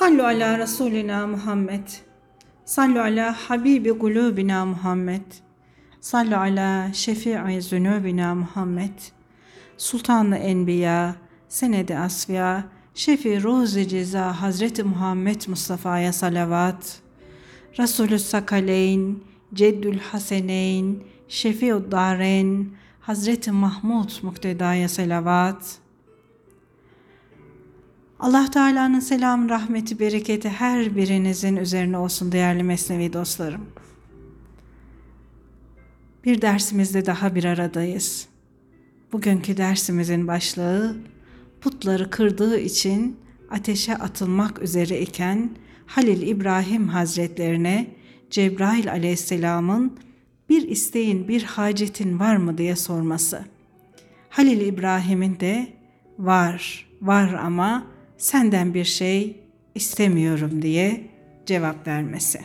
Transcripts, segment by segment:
Sallu ala Resulina Muhammed. Sallu ala Habibi kulubina Muhammed. Sallu ala Şefii zunubina Muhammed. Sultan-ı Enbiya, Senedi Asfiya, Şefi Ruzi Ceza Hazreti Muhammed Mustafa'ya salavat. Resulü Sakaleyn, Ceddül Haseneyn, Şefi'ud Dareyn, Hazreti Mahmud Mukteda'ya salavat. Allah Teala'nın selam, rahmeti, bereketi her birinizin üzerine olsun değerli Mesnevi dostlarım. Bir dersimizde daha bir aradayız. Bugünkü dersimizin başlığı, putları kırdığı için ateşe atılmak üzere iken Halil İbrahim Hazretlerine Cebrail Aleyhisselam'ın bir isteğin, bir hacetin var mı diye sorması. Halil İbrahim'in de var ama senden bir şey istemiyorum diye cevap vermesi.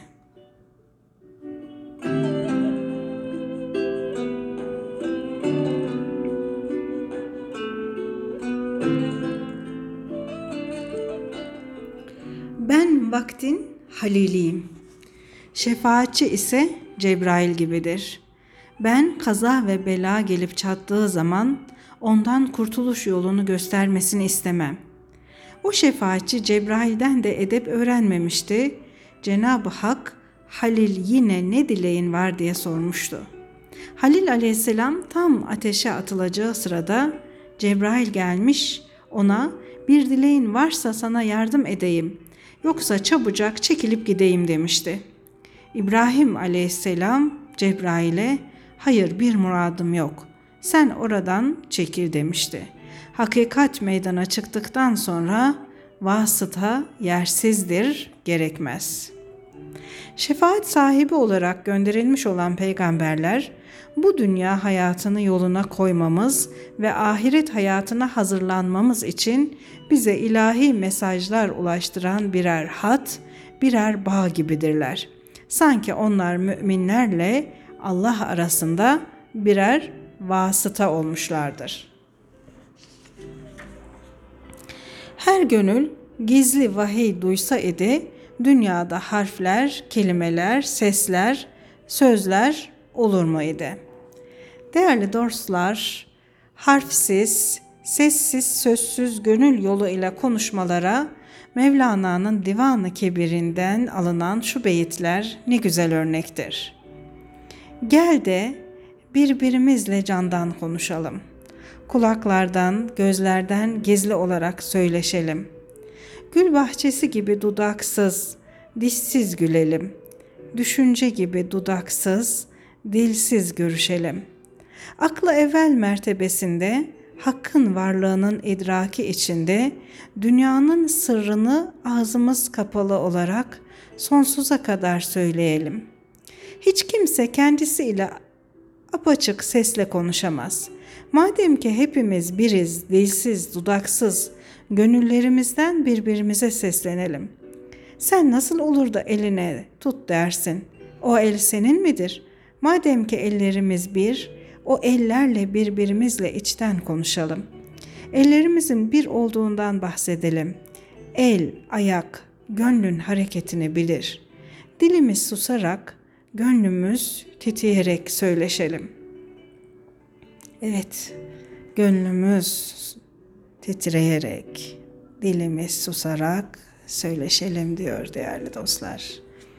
Ben vaktin haliliyim. Şefaatçi ise Cebrail gibidir. Ben kaza ve bela gelip çattığı zaman ondan kurtuluş yolunu göstermesini istemem. O şefaatçi Cebrail'den de edep öğrenmemişti. Cenab-ı Hak Halil yine ne dileğin var diye sormuştu. Halil aleyhisselam tam ateşe atılacağı sırada Cebrail gelmiş ona bir dileğin varsa sana yardım edeyim yoksa çabucak çekilip gideyim demişti. İbrahim aleyhisselam Cebrail'e hayır bir muradım yok sen oradan çekil demişti. Hakikat meydana çıktıktan sonra vasıta yersizdir, gerekmez. Şefaat sahibi olarak gönderilmiş olan peygamberler, bu dünya hayatını yoluna koymamız ve ahiret hayatına hazırlanmamız için bize ilahi mesajlar ulaştıran birer hat, birer bağ gibidirler. Sanki onlar müminlerle Allah arasında birer vasıta olmuşlardır. Her gönül gizli vahiy duysa idi, dünyada harfler, kelimeler, sesler, sözler olur mu idi? Değerli dostlar, harfsiz, sessiz, sözsüz gönül yolu ile konuşmalara Mevlana'nın Divan-ı Kebir'inden alınan şu beyitler ne güzel örnektir. Gel de birbirimizle candan konuşalım. Kulaklardan, gözlerden gizli olarak söyleşelim. Gül bahçesi gibi dudaksız, dişsiz gülelim. Düşünce gibi dudaksız, dilsiz görüşelim. Aklı evvel mertebesinde, hakkın varlığının idraki içinde, dünyanın sırrını ağzımız kapalı olarak sonsuza kadar söyleyelim. Hiç kimse kendisiyle apaçık sesle konuşamaz. Madem ki hepimiz biriz, dilsiz, dudaksız, gönüllerimizden birbirimize seslenelim. Sen nasıl olur da eline tut dersin? O el senin midir? Madem ki ellerimiz bir, o ellerle birbirimizle içten konuşalım. Ellerimizin bir olduğundan bahsedelim. El, ayak, gönlün hareketini bilir. Dilimiz susarak, gönlümüz titreyerek söyleşelim. Evet, gönlümüz titreyerek, dilimiz susarak söyleşelim diyor değerli dostlar.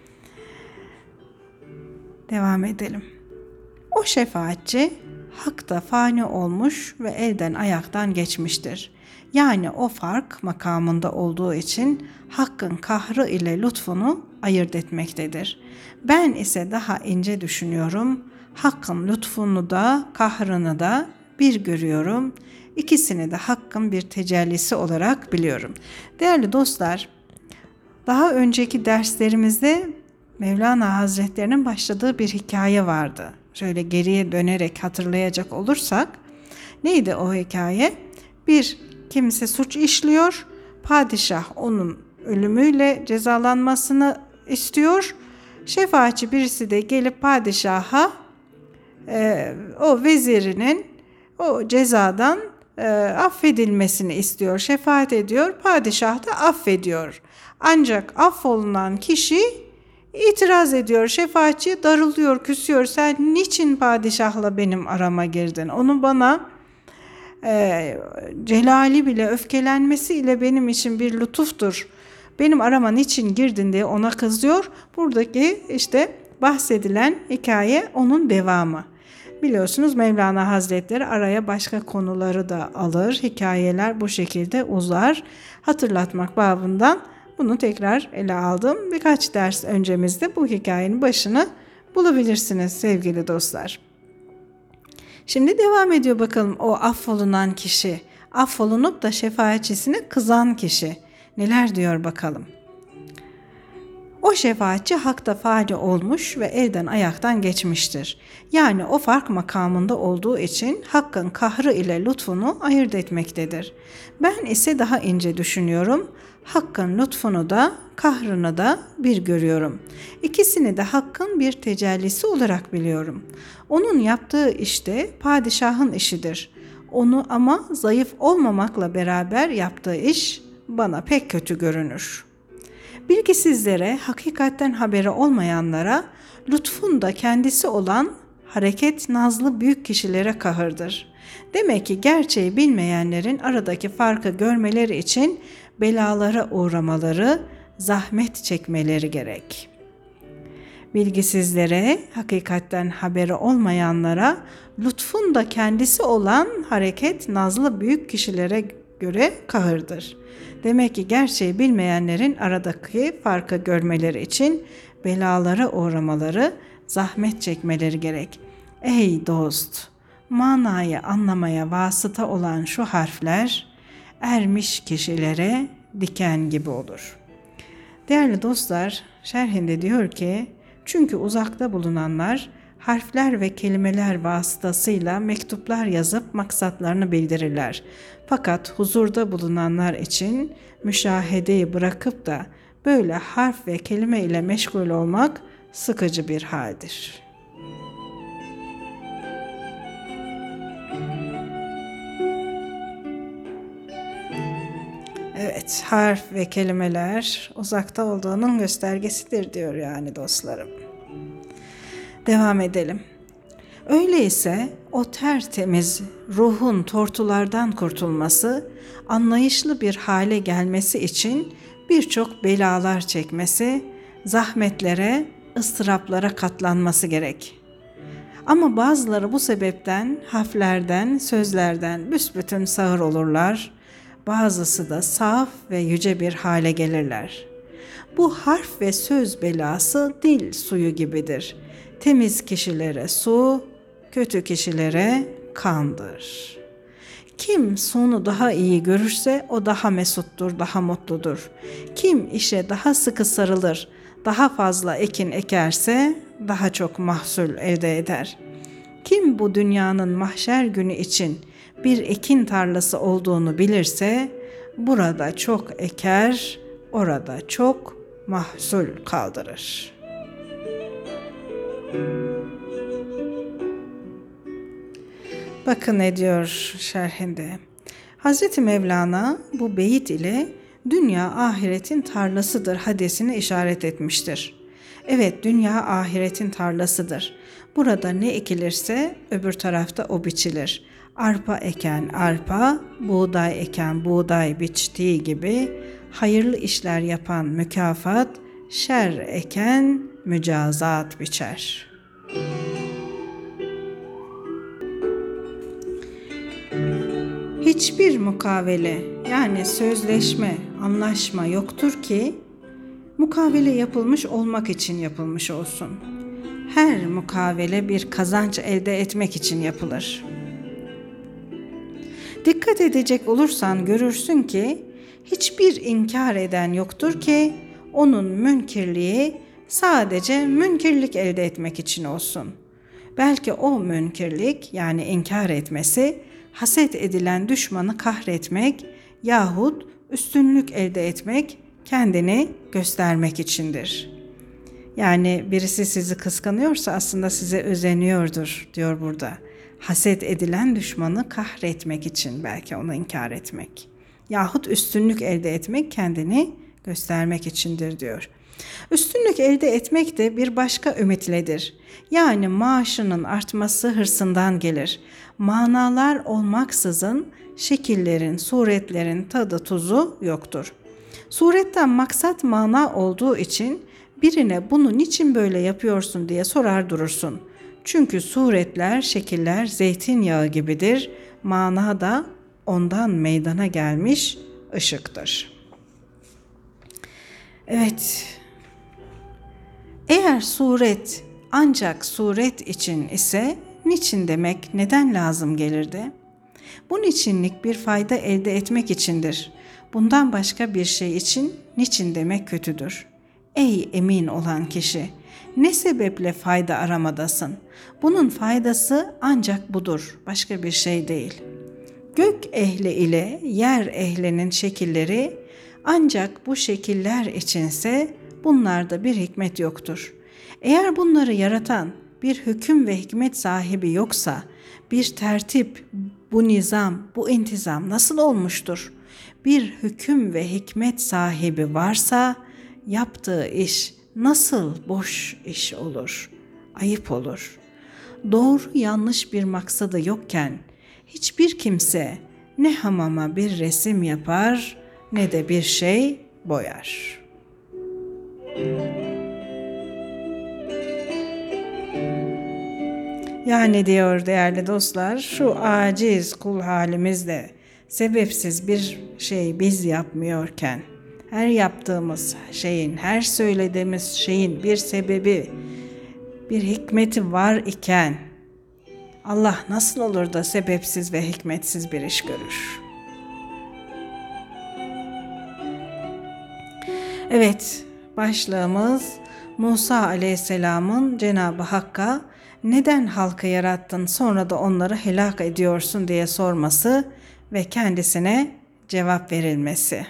Devam edelim. O şefaatçi hakta fani olmuş ve elden ayaktan geçmiştir. Yani o fark makamında olduğu için hakkın kahrı ile lütfunu ayırt etmektedir. Ben ise daha ince düşünüyorum. Hakkın lütfunu da kahrını da bir görüyorum. İkisini de hakkın bir tecellisi olarak biliyorum. Değerli dostlar, daha önceki derslerimizde Mevlana Hazretlerinin başladığı bir hikaye vardı. Şöyle geriye dönerek hatırlayacak olursak, neydi o hikaye? Bir kimse suç işliyor, padişah onun ölümüyle cezalanmasını istiyor. Şefaatçi birisi de gelip padişaha o vezirinin o cezadan affedilmesini istiyor, şefaat ediyor. Padişah da affediyor. Ancak affolunan kişi itiraz ediyor. Şefaatçi darılıyor, küsüyor. Sen niçin padişahla benim arama girdin? Onu bana celali bile öfkelenmesiyle benim için bir lütuftur. Benim arama niçin girdin diye ona kızıyor. Buradaki işte bahsedilen hikaye onun devamı. Biliyorsunuz Mevlana Hazretleri araya başka konuları da alır. Hikayeler bu şekilde uzar. Hatırlatmak babından bunu tekrar ele aldım. Birkaç ders öncemizde bu hikayenin başını bulabilirsiniz sevgili dostlar. Şimdi devam ediyor bakalım o affolunan kişi. Affolunup da şefaatçisine kızan kişi. Neler diyor bakalım. O şefaatçi hakta faali olmuş ve elden ayaktan geçmiştir. Yani o fark makamında olduğu için hakkın kahrı ile lütfunu ayırt etmektedir. Ben ise daha ince düşünüyorum. Hakkın lütfunu da kahrını da bir görüyorum. İkisini de hakkın bir tecellisi olarak biliyorum. Onun yaptığı işte padişahın işidir. Onu ama zayıf olmamakla beraber yaptığı iş bana pek kötü görünür. Bilgisizlere, hakikatten haberi olmayanlara, lütfun da kendisi olan hareket nazlı büyük kişilere kahırdır. Demek ki gerçeği bilmeyenlerin aradaki farkı görmeleri için belalara uğramaları, zahmet çekmeleri gerek. Bilgisizlere, hakikatten haberi olmayanlara, lütfun da kendisi olan hareket nazlı büyük kişilere göre kahırdır. Demek ki gerçeği bilmeyenlerin aradaki farkı görmeleri için belalara uğramaları, zahmet çekmeleri gerek. Ey dost! Manayı anlamaya vasıta olan şu harfler ermiş kişilere diken gibi olur. Değerli dostlar, şerhinde diyor ki, çünkü uzakta bulunanlar harfler ve kelimeler vasıtasıyla mektuplar yazıp maksatlarını bildirirler. Fakat huzurda bulunanlar için müşahedeyi bırakıp da böyle harf ve kelime ile meşgul olmak sıkıcı bir haldir. Evet, harf ve kelimeler uzakta olduğunun göstergesidir diyor yani dostlarım. Devam edelim. Öyleyse o tertemiz ruhun tortulardan kurtulması, anlayışlı bir hale gelmesi için birçok belalar çekmesi, zahmetlere, ıstıraplara katlanması gerek. Ama bazıları bu sebepten, harflerden, sözlerden büsbütün sağır olurlar, bazısı da saf ve yüce bir hale gelirler. Bu harf ve söz belası dil suyu gibidir. Temiz kişilere su, kötü kişilere kandır. Kim sonu daha iyi görürse o daha mesuttur, daha mutludur. Kim işe daha sıkı sarılır, daha fazla ekin ekerse daha çok mahsul elde eder. Kim bu dünyanın mahşer günü için bir ekin tarlası olduğunu bilirse, burada çok eker, orada çok mahsul kaldırır. Bakın ne diyor şerhinde. Hazreti Mevlana bu beyit ile dünya ahiretin tarlasıdır hadisine işaret etmiştir. Evet, dünya ahiretin tarlasıdır. Burada ne ekilirse öbür tarafta o biçilir. Arpa eken arpa, buğday eken buğday biçtiği gibi hayırlı işler yapan mükafat, şer eken mücazat biçer. Hiçbir mukavele yani sözleşme, anlaşma yoktur ki mukavele yapılmış olmak için yapılmış olsun. Her mukavele bir kazanç elde etmek için yapılır. Dikkat edecek olursan görürsün ki hiçbir inkar eden yoktur ki onun münkirliği sadece münkirlik elde etmek için olsun. Belki o münkirlik yani inkar etmesi haset edilen düşmanı kahretmek yahut üstünlük elde etmek, kendini göstermek içindir. Yani birisi sizi kıskanıyorsa aslında size özeniyordur diyor burada. Haset edilen düşmanı kahretmek için belki onu inkar etmek. Yahut üstünlük elde etmek kendini göstermek içindir diyor. Üstünlük elde etmek de bir başka ümitledir. Yani maaşının artması hırsından gelir. Manalar olmaksızın şekillerin, suretlerin tadı tuzu yoktur. Suretten maksat mana olduğu için birine bunu niçin böyle yapıyorsun diye sorar durursun. Çünkü suretler, şekiller zeytinyağı gibidir. Mana da ondan meydana gelmiş ışıktır. Evet, eğer suret ancak suret için ise niçin demek neden lazım gelirdi? Bu niçinlik bir fayda elde etmek içindir. Bundan başka bir şey için niçin demek kötüdür. Ey emin olan kişi, ne sebeple fayda aramadasın? Bunun faydası ancak budur, başka bir şey değil. Gök ehli ile yer ehlinin şekilleri ancak bu şekiller içinse bunlarda bir hikmet yoktur. Eğer bunları yaratan bir hüküm ve hikmet sahibi yoksa bir tertip, bu nizam, bu intizam nasıl olmuştur? Bir hüküm ve hikmet sahibi varsa yaptığı iş nasıl boş iş olur? Ayıp olur. Doğru yanlış bir maksadı yokken hiçbir kimse ne hamama bir resim yapar ne de bir şey boyar. Yani diyor değerli dostlar, şu aciz kul halimizde sebepsiz bir şey biz yapmıyorken, her yaptığımız şeyin, her söylediğimiz şeyin bir sebebi, bir hikmeti var iken Allah nasıl olur da sebepsiz ve hikmetsiz bir iş görür? Evet, başlığımız Musa Aleyhisselam'ın Cenab-ı Hakk'a neden halkı yarattın sonra da onları helak ediyorsun diye sorması ve kendisine cevap verilmesi.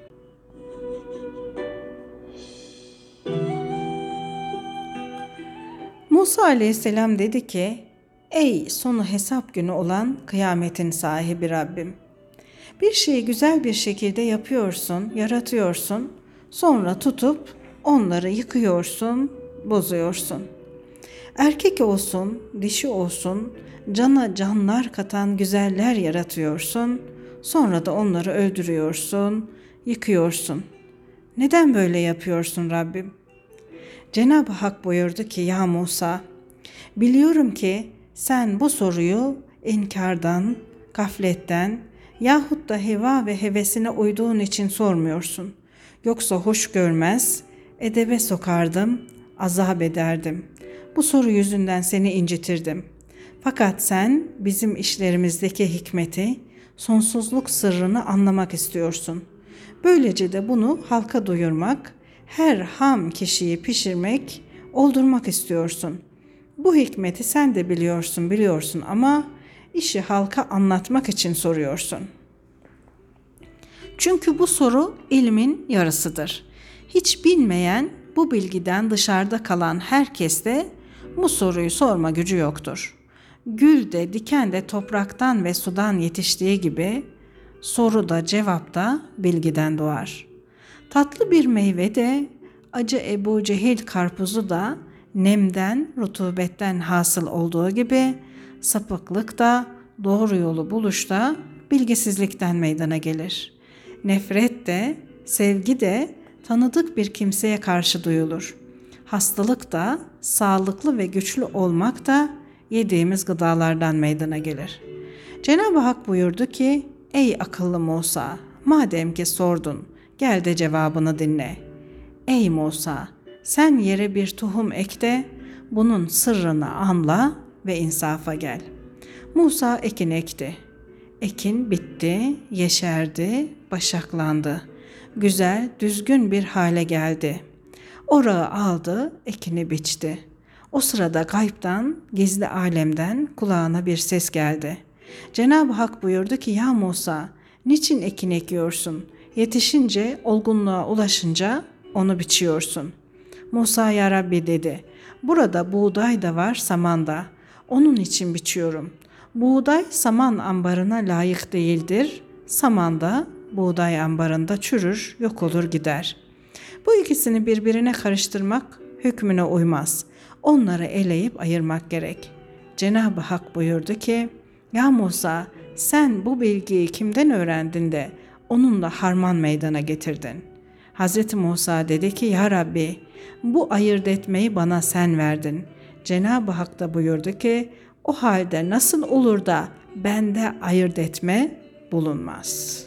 Musa Aleyhisselam dedi ki, ey sonu hesap günü olan kıyametin sahibi Rabbim, bir şeyi güzel bir şekilde yapıyorsun, yaratıyorsun, sonra tutup onları yıkıyorsun, bozuyorsun. Erkek olsun, dişi olsun, cana canlar katan güzeller yaratıyorsun, sonra da onları öldürüyorsun, yıkıyorsun. Neden böyle yapıyorsun Rabbim? Cenab-ı Hak buyurdu ki, ya Musa, biliyorum ki sen bu soruyu inkardan, gafletten yahut da heva ve hevesine uyduğun için sormuyorsun. Yoksa hoş görmez, edebe sokardım, azap ederdim. Bu soru yüzünden seni incitirdim. Fakat sen bizim işlerimizdeki hikmeti, sonsuzluk sırrını anlamak istiyorsun. Böylece de bunu halka duyurmak, her ham kişiyi pişirmek, oldurmak istiyorsun. Bu hikmeti sen de biliyorsun ama işi halka anlatmak için soruyorsun. Çünkü bu soru ilmin yarısıdır. Hiç bilmeyen, bu bilgiden dışarıda kalan herkeste bu soruyu sorma gücü yoktur. Gül de diken de topraktan ve sudan yetiştiği gibi soru da cevap da bilgiden doğar. Tatlı bir meyve de acı Ebu Cehil karpuzu da nemden, rutubetten hasıl olduğu gibi sapıklık da doğru yolu buluşta bilgisizlikten meydana gelir. Nefret de, sevgi de tanıdık bir kimseye karşı duyulur. Hastalık da, sağlıklı ve güçlü olmak da yediğimiz gıdalardan meydana gelir. Cenab-ı Hak buyurdu ki, ey akıllı Musa, madem ki sordun, gel de cevabını dinle. Ey Musa, sen yere bir tohum ek de bunun sırrını anla ve insafa gel. Musa ekin ekti. Ekin bitti, yeşerdi, başaklandı. Güzel, düzgün bir hale geldi. Orağı aldı, ekini biçti. O sırada gaybtan, gizli alemden kulağına bir ses geldi. Cenab-ı Hak buyurdu ki, ya Musa, niçin ekin ekiyorsun? Yetişince, olgunluğa ulaşınca onu biçiyorsun. Musa, ya Rabbi dedi, burada buğday da var, saman da. Onun için biçiyorum. Buğday saman ambarına layık değildir. Saman da buğday ambarında çürür, yok olur gider. Bu ikisini birbirine karıştırmak hükmüne uymaz. Onları eleyip ayırmak gerek. Cenab-ı Hak buyurdu ki, ya Musa, sen bu bilgiyi kimden öğrendin de onunla harman meydana getirdin? Hazreti Musa dedi ki, ya Rabbi, bu ayırt etmeyi bana sen verdin. Cenab-ı Hak da buyurdu ki, o halde nasıl olur da bende ayırt etme bulunmaz.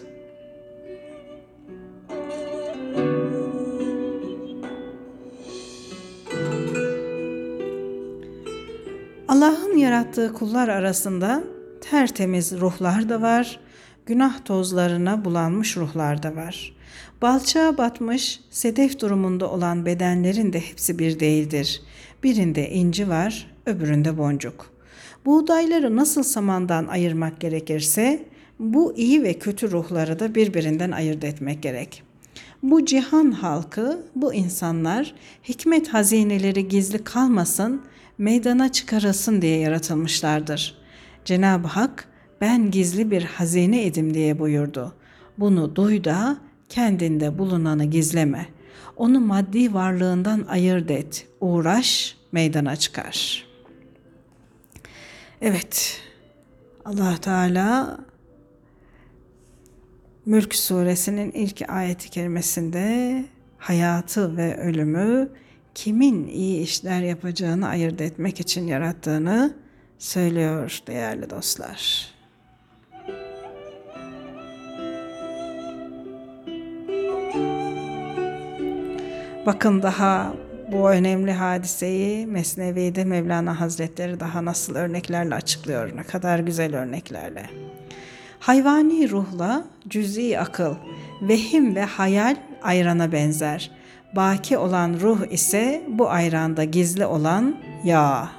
Allah'ın yarattığı kullar arasında tertemiz ruhlar da var, günah tozlarına bulanmış ruhlar da var. Balçağa batmış, sedef durumunda olan bedenlerin de hepsi bir değildir. Birinde inci var, öbüründe boncuk. Buğdayları nasıl samandan ayırmak gerekirse, bu iyi ve kötü ruhları da birbirinden ayırt etmek gerek. Bu cihan halkı, bu insanlar hikmet hazineleri gizli kalmasın, meydana çıkarılsın diye yaratılmışlardır. Cenab-ı Hak, ben gizli bir hazine edim diye buyurdu. Bunu duy da kendinde bulunanı gizleme. Onu maddi varlığından ayırt et, uğraş, meydana çıkar. Evet, Allah Teala Mülk suresinin ilk ayeti kerimesinde hayatı ve ölümü kimin iyi işler yapacağını ayırt etmek için yarattığını söylüyor değerli dostlar. Bakın daha bu önemli hadiseyi Mesnevi'de Mevlana Hazretleri daha nasıl örneklerle açıklıyor, ne kadar güzel örneklerle. Hayvani ruhla cüz'i akıl, vehim ve hayal ayrana benzer. Baki olan ruh ise bu ayranda gizli olan yağ.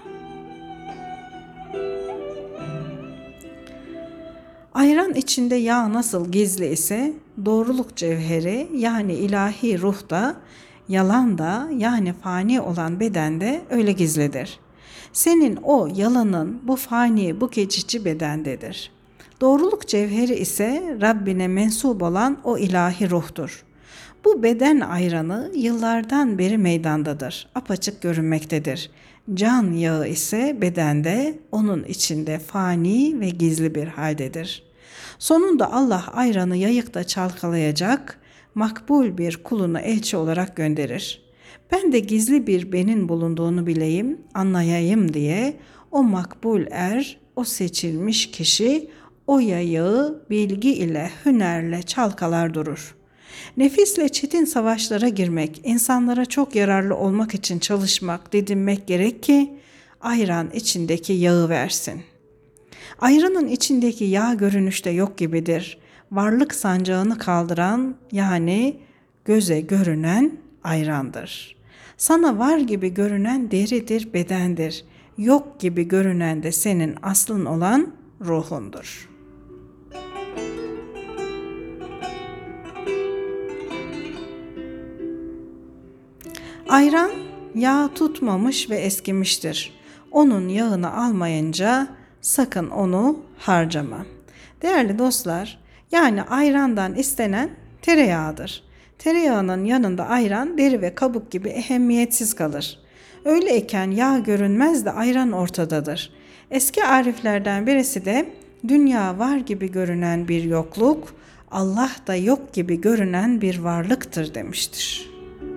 Ayran içinde yağ nasıl gizli ise doğruluk cevheri yani ilahi ruh da yalan da yani fani olan bedende öyle gizlidir. Senin o yalanın bu fani bu geçici bedendedir. Doğruluk cevheri ise Rabbine mensup olan o ilahi ruhtur. Bu beden ayranı yıllardan beri meydandadır, apaçık görünmektedir. Can yağı ise bedende, onun içinde fani ve gizli bir haldedir. Sonunda Allah ayranı yayıkta çalkalayacak, makbul bir kulunu elçi olarak gönderir. Ben de gizli bir benin bulunduğunu bileyim, anlayayım diye o makbul o seçilmiş kişi o yağı bilgi ile, hünerle çalkalar durur. Nefisle çetin savaşlara girmek, insanlara çok yararlı olmak için çalışmak, didinmek gerek ki ayran içindeki yağı versin. Ayranın içindeki yağ görünüşte yok gibidir. Varlık sancağını kaldıran yani göze görünen ayrandır. Sana var gibi görünen deridir, bedendir. Yok gibi görünen de senin aslın olan ruhundur. Ayran yağ tutmamış ve eskimiştir. Onun yağını almayınca sakın onu harcama. Değerli dostlar, yani ayrandan istenen tereyağıdır. Tereyağının yanında ayran deri ve kabuk gibi ehemmiyetsiz kalır. Öyleyken yağ görünmez de ayran ortadadır. Eski ariflerden birisi de dünya var gibi görünen bir yokluk, Allah da yok gibi görünen bir varlıktır demiştir.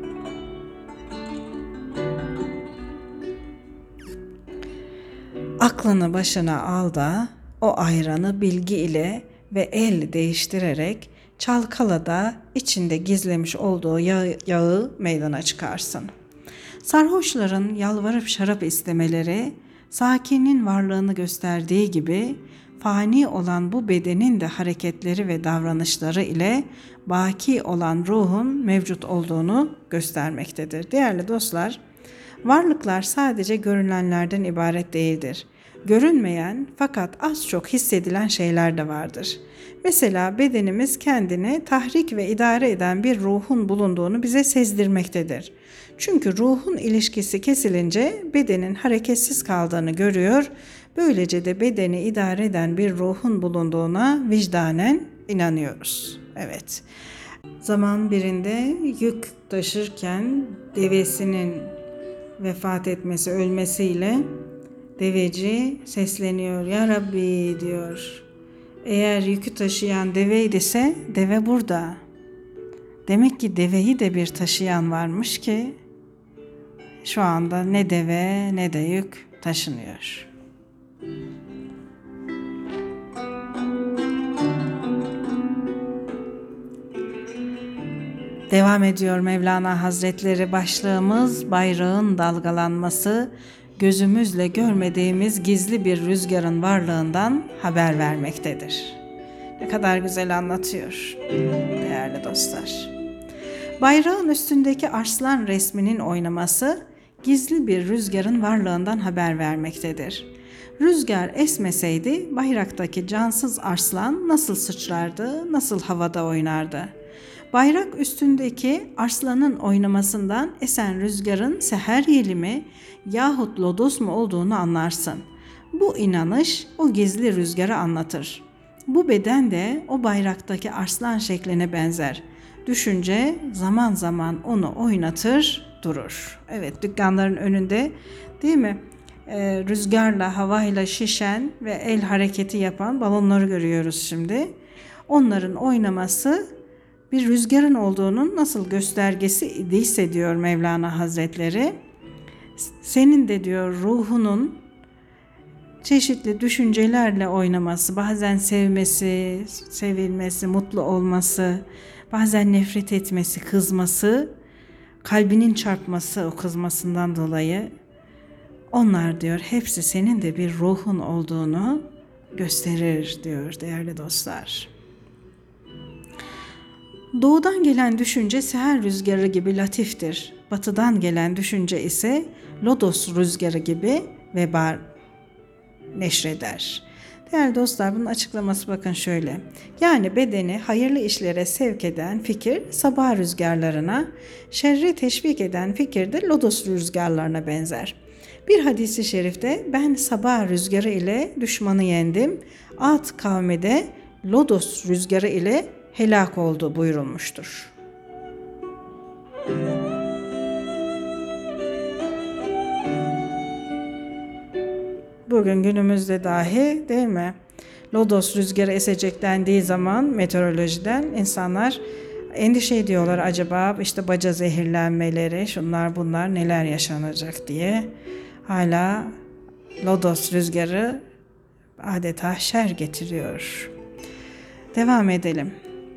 Aklını başına al da o ayranı bilgi ile ve el değiştirerek çalkala da içinde gizlemiş olduğu yağı meydana çıkarsın. Sarhoşların yalvarıp şarap istemeleri, sakinin varlığını gösterdiği gibi fani olan bu bedenin de hareketleri ve davranışları ile baki olan ruhun mevcut olduğunu göstermektedir. Değerli dostlar, varlıklar sadece görünenlerden ibaret değildir. Görünmeyen fakat az çok hissedilen şeyler de vardır. Mesela bedenimiz kendini tahrik ve idare eden bir ruhun bulunduğunu bize sezdirmektedir. Çünkü ruhun ilişkisi kesilince bedenin hareketsiz kaldığını görüyor, Böylece de bedeni idare eden bir ruhun bulunduğuna vicdanen inanıyoruz. Evet. Zaman birinde yük taşırken devesinin vefat etmesi, ölmesiyle deveci sesleniyor. Ya Rabbi diyor. Eğer yükü taşıyan deveydiyse deve burada. Demek ki deveyi de bir taşıyan varmış ki şu anda ne deve ne de yük taşınıyor. Devam ediyor Mevlana Hazretleri, başlığımız bayrağın dalgalanması, gözümüzle görmediğimiz gizli bir rüzgarın varlığından haber vermektedir. Ne kadar güzel anlatıyor değerli dostlar. Bayrağın üstündeki arslan resminin oynaması gizli bir rüzgarın varlığından haber vermektedir. Rüzgar esmeseydi bayraktaki cansız arslan nasıl sıçrardı, nasıl havada oynardı? Bayrak üstündeki arslanın oynamasından esen rüzgarın seher yeli mi yahut lodos mu olduğunu anlarsın. Bu inanış o gizli rüzgarı anlatır. Bu beden de o bayraktaki arslan şekline benzer. Düşünce zaman zaman onu oynatır durur. Evet, dükkanların önünde değil mi? Rüzgarla, havayla şişen ve el hareketi yapan balonları görüyoruz şimdi. Onların oynaması bir rüzgarın olduğunun nasıl göstergesi idiyse diyor Mevlana Hazretleri. Senin de diyor ruhunun çeşitli düşüncelerle oynaması, bazen sevmesi, sevilmesi, mutlu olması, bazen nefret etmesi, kızması, kalbinin çarpması o kızmasından dolayı, onlar diyor hepsi senin de bir ruhun olduğunu gösterir diyor değerli dostlar. Doğudan gelen düşünce seher rüzgarı gibi latiftir. Batıdan gelen düşünce ise lodos rüzgarı gibi vebal neşreder. Değerli dostlar, bunun açıklaması bakın şöyle. Yani bedeni hayırlı işlere sevk eden fikir sabah rüzgarlarına, şerri teşvik eden fikir de lodos rüzgarlarına benzer. Bir hadisi şerifte ben sabah rüzgarı ile düşmanı yendim, Ad kavmi de lodos rüzgarı ile helak oldu buyurulmuştur. Bugün günümüzde dahi değil mi? Lodos rüzgarı esecek dendiği zaman meteorolojiden insanlar endişe ediyorlar, acaba işte baca zehirlenmeleri, şunlar bunlar neler yaşanacak diye. Hala lodos rüzgarı adeta şer getiriyor. Devam edelim.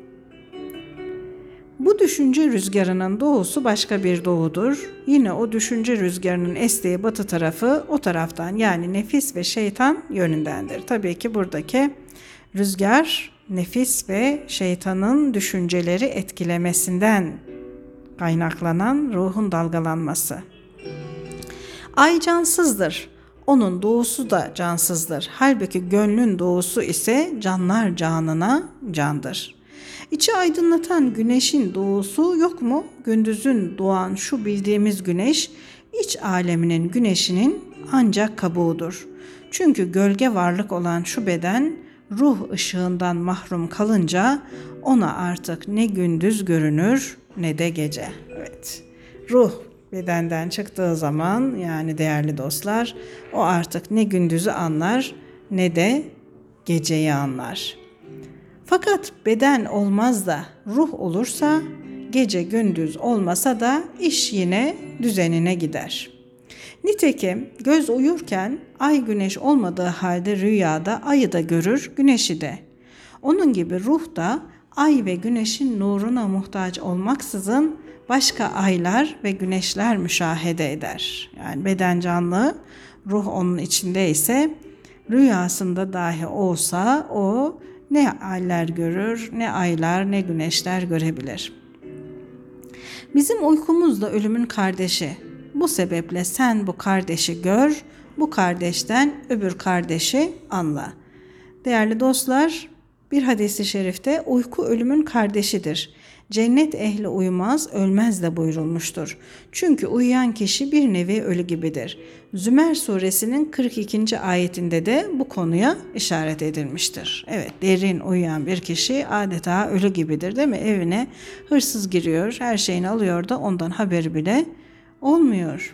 Bu düşünce rüzgarının doğusu başka bir doğudur. Yine o düşünce rüzgarının estiği batı tarafı o taraftan, yani nefis ve şeytan yönündendir. Tabii ki buradaki rüzgar nefis ve şeytanın düşünceleri etkilemesinden kaynaklanan ruhun dalgalanması. Ay cansızdır. Onun doğusu da cansızdır. Halbuki gönlün doğusu ise canlar canına candır. İçi aydınlatan güneşin doğusu yok mu? Gündüzün doğan şu bildiğimiz güneş, iç aleminin güneşinin ancak kabuğudur. Çünkü gölge varlık olan şu beden, ruh ışığından mahrum kalınca ona artık ne gündüz görünür ne de gece. Evet, ruh bedenden çıktığı zaman, yani değerli dostlar, o artık ne gündüzü anlar ne de geceyi anlar. Fakat beden olmaz da ruh olursa, gece gündüz olmasa da iş yine düzenine gider. Nitekim göz uyurken ay güneş olmadığı halde rüyada ayı da görür, güneşi de. Onun gibi ruh da ay ve güneşin nuruna muhtaç olmaksızın başka aylar ve güneşler müşahede eder. Yani beden canlı, ruh onun içinde ise rüyasında dahi olsa o ne aylar görür, ne aylar, ne güneşler görebilir. Bizim uykumuz da ölümün kardeşi. Bu sebeple sen bu kardeşi gör, bu kardeşten öbür kardeşi anla. Değerli dostlar, bir hadis-i şerifte uyku ölümün kardeşidir. Cennet ehli uyumaz, ölmez de buyurulmuştur. Çünkü uyuyan kişi bir nevi ölü gibidir. Zümer suresinin 42. ayetinde de bu konuya işaret edilmiştir. Evet, derin uyuyan bir kişi adeta ölü gibidir, değil mi? Evine hırsız giriyor, her şeyini alıyor da ondan haberi bile olmuyor.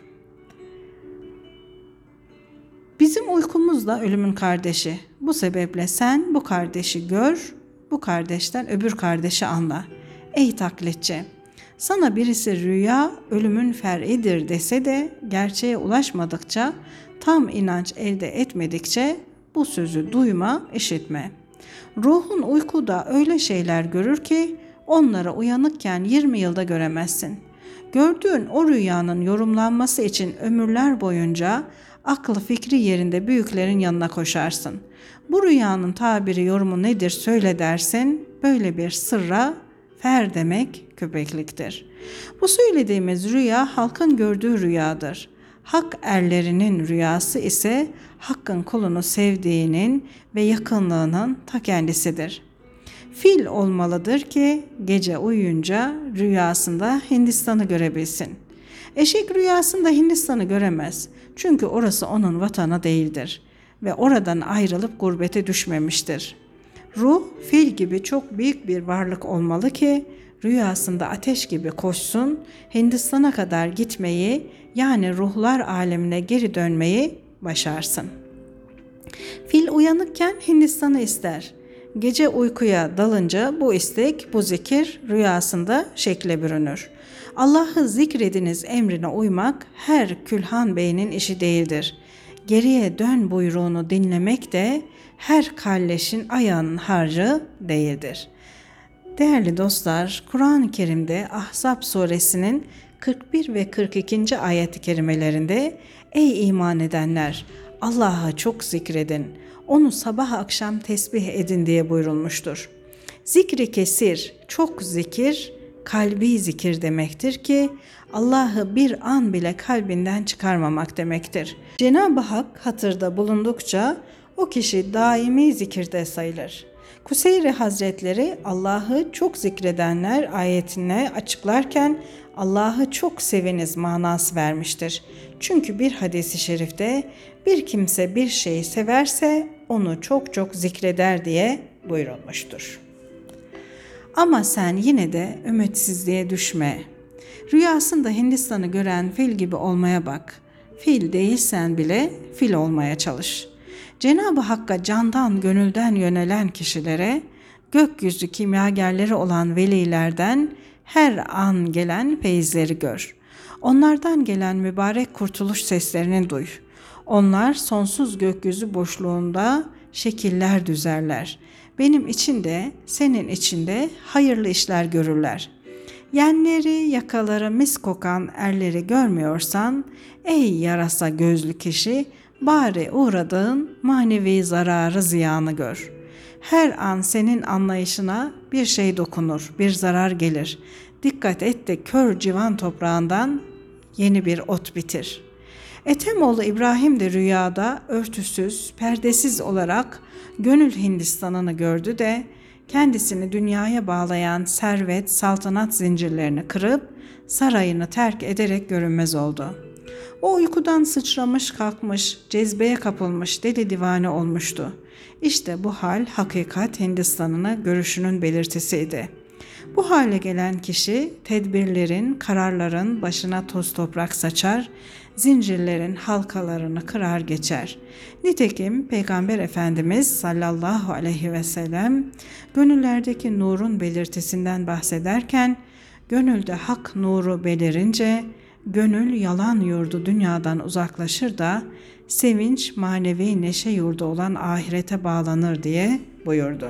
Bizim uykumuz da ölümün kardeşi. Bu sebeple sen bu kardeşi gör, bu kardeşten öbür kardeşi anla. Ey taklitçi! Sana birisi rüya ölümün fer'idir dese de gerçeğe ulaşmadıkça, tam inanç elde etmedikçe bu sözü duyma, işitme. Ruhun uykuda öyle şeyler görür ki onları uyanıkken 20 yılda göremezsin. Gördüğün o rüyanın yorumlanması için ömürler boyunca aklı fikri yerinde büyüklerin yanına koşarsın. Bu rüyanın tabiri yorumu nedir söyle dersin, böyle bir sırra fer demek köpekliktir. Bu söylediğimiz rüya halkın gördüğü rüyadır. Hak erlerinin rüyası ise Hakk'ın kulunu sevdiğinin ve yakınlığının ta kendisidir. Fil olmalıdır ki gece uyuyunca rüyasında Hindistan'ı görebilsin. Eşek rüyasında Hindistan'ı göremez. Çünkü orası onun vatanı değildir ve oradan ayrılıp gurbete düşmemiştir. Ruh fil gibi çok büyük bir varlık olmalı ki rüyasında ateş gibi koşsun, Hindistan'a kadar gitmeyi, yani ruhlar alemine geri dönmeyi başarsın. Fil uyanıkken Hindistan'ı ister. Gece uykuya dalınca bu istek, bu zikir rüyasında şekle bürünür. Allah'ı zikrediniz emrine uymak her külhan beynin işi değildir. Geriye dön buyruğunu dinlemek de her kalleşin ayağının harcı değildir. Değerli dostlar, Kur'an-ı Kerim'de Ahzab suresinin 41 ve 42. ayet-i kerimelerinde ey iman edenler, Allah'ı çok zikredin, onu sabah akşam tesbih edin diye buyurulmuştur. Zikri kesir, çok zikir, kalbi zikir demektir ki Allah'ı bir an bile kalbinden çıkarmamak demektir. Cenab-ı Hak hatırda bulundukça o kişi daimi zikirde sayılır. Kuseyri Hazretleri Allah'ı çok zikredenler ayetine açıklarken Allah'ı çok seviniz manası vermiştir. Çünkü bir hadis-i şerifte bir kimse bir şeyi severse onu çok çok zikreder diye buyurulmuştur. Ama sen yine de ümitsizliğe düşme. Rüyasında Hindistan'ı gören fil gibi olmaya bak. Fil değilsen bile fil olmaya çalış. Cenab-ı Hakk'a candan gönülden yönelen kişilere, gökyüzü kimyagerleri olan velilerden her an gelen feyizleri gör. Onlardan gelen mübarek kurtuluş seslerini duy. Onlar sonsuz gökyüzü boşluğunda şekiller düzerler. Benim için de senin için de hayırlı işler görürler. Yenleri, yakaları mis kokan erleri görmüyorsan, ey yarasa gözlü kişi, bari uğradığın manevi zararı ziyanı gör. Her an senin anlayışına bir şey dokunur, bir zarar gelir. Dikkat et de kör civan toprağından yeni bir ot bitir. Ethemoğlu İbrahim de rüyada örtüsüz, perdesiz olarak gönül Hindistan'ını gördü de kendisini dünyaya bağlayan servet, saltanat zincirlerini kırıp sarayını terk ederek görünmez oldu. O uykudan sıçramış kalkmış, cezbeye kapılmış deli divane olmuştu. İşte bu hal hakikat Hindistan'ını görüşünün belirtisiydi. Bu hale gelen kişi tedbirlerin, kararların başına toz toprak saçar, zincirlerin halkalarını kırar geçer. Nitekim Peygamber Efendimiz sallallahu aleyhi ve sellem gönüllerdeki nurun belirtisinden bahsederken, gönülde hak nuru belirince gönül yalan yurdu dünyadan uzaklaşır da sevinç manevi neşe yurdu olan ahirete bağlanır diye buyurdu.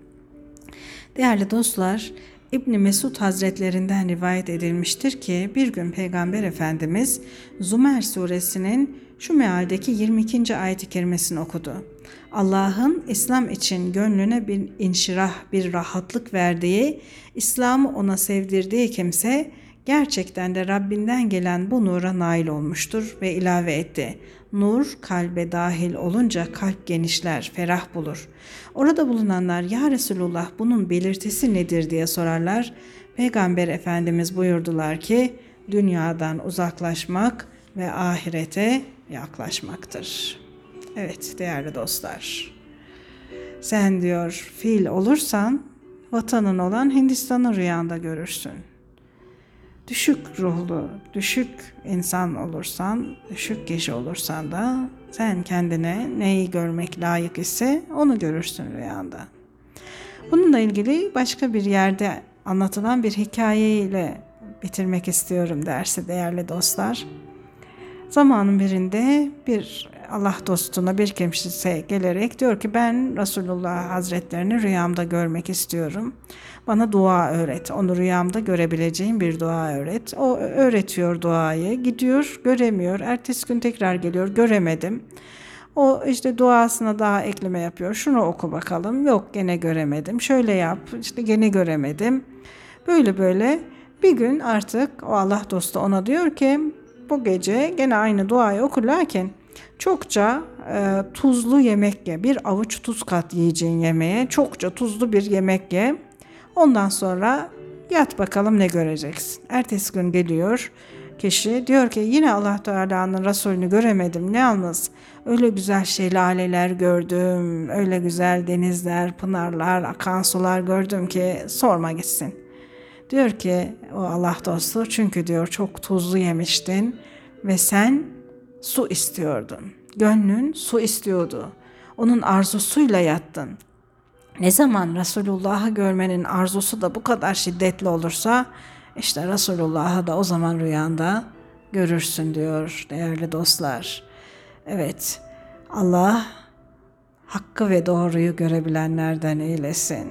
Değerli dostlar, İbn Mesud Hazretlerinden rivayet edilmiştir ki bir gün Peygamber Efendimiz Zümer suresinin şu mealdeki 22. ayet-i kerimesini okudu. Allah'ın İslam için gönlüne bir inşirah, bir rahatlık verdiği, İslam'ı ona sevdirdiği kimse gerçekten de Rabbinden gelen bu nura nail olmuştur ve ilave etti. Nur kalbe dahil olunca kalp genişler, ferah bulur. Orada bulunanlar ya Resulullah bunun belirtisi nedir diye sorarlar. Peygamber Efendimiz buyurdular ki dünyadan uzaklaşmak ve ahirete yaklaşmaktır. Evet değerli dostlar. Sen diyor fil olursan vatanın olan Hindistan'ı rüyanda görürsün. Düşük ruhlu, düşük insan olursan, düşük kişi olursan da sen kendine neyi görmek layık ise onu görürsün rüyanda. Bununla ilgili başka bir yerde anlatılan bir hikayeyle bitirmek istiyorum dersi değerli dostlar. Zamanın birinde bir Allah dostuna bir kimse gelerek diyor ki ben Resulullah Hazretlerini rüyamda görmek istiyorum. Bana dua öğret. Onu rüyamda görebileceğim bir dua öğret. O öğretiyor duayı. Gidiyor göremiyor. Ertesi gün tekrar geliyor göremedim. O işte duasına daha ekleme yapıyor. Şunu oku bakalım. Yok gene göremedim. Şöyle yap. İşte gene göremedim. Böyle bir gün artık o Allah dostu ona diyor ki bu gece gene aynı duayı okurlarken çokça tuzlu yemek ye. Bir avuç tuz kat yiyeceğin yemeğe. Çokça tuzlu bir yemek ye. Ondan sonra yat bakalım ne göreceksin. Ertesi gün geliyor kişi diyor ki yine Allah Teala'nın Resulünü göremedim. Ne yalnız öyle güzel şelaleler gördüm. Öyle güzel denizler, pınarlar, akan sular gördüm ki sorma gitsin. Diyor ki o Allah dostu çünkü diyor çok tuzlu yemiştin ve sen su istiyordun. Gönlün su istiyordu. Onun arzusuyla yattın. Ne zaman Resulullah'ı görmenin arzusu da bu kadar şiddetli olursa işte Resulullah'ı da o zaman rüyanda görürsün diyor değerli dostlar. Evet Allah hakkı ve doğruyu görebilenlerden eylesin.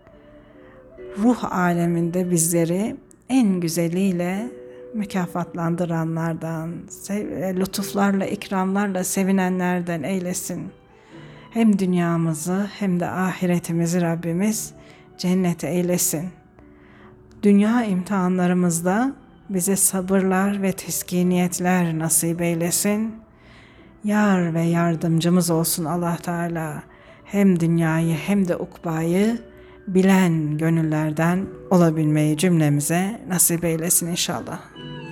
Ruh aleminde bizleri en güzeliyle mükafatlandıranlardan, lütuflarla, ikramlarla sevinenlerden eylesin. Hem dünyamızı hem de ahiretimizi Rabbimiz cennete eylesin. Dünya imtihanlarımızda bize sabırlar ve teskiniyetler nasip eylesin. Yar ve yardımcımız olsun Allah Teala. Hem dünyayı hem de ukbayı bilen gönüllerden olabilmeyi cümlemize nasip eylesin inşallah.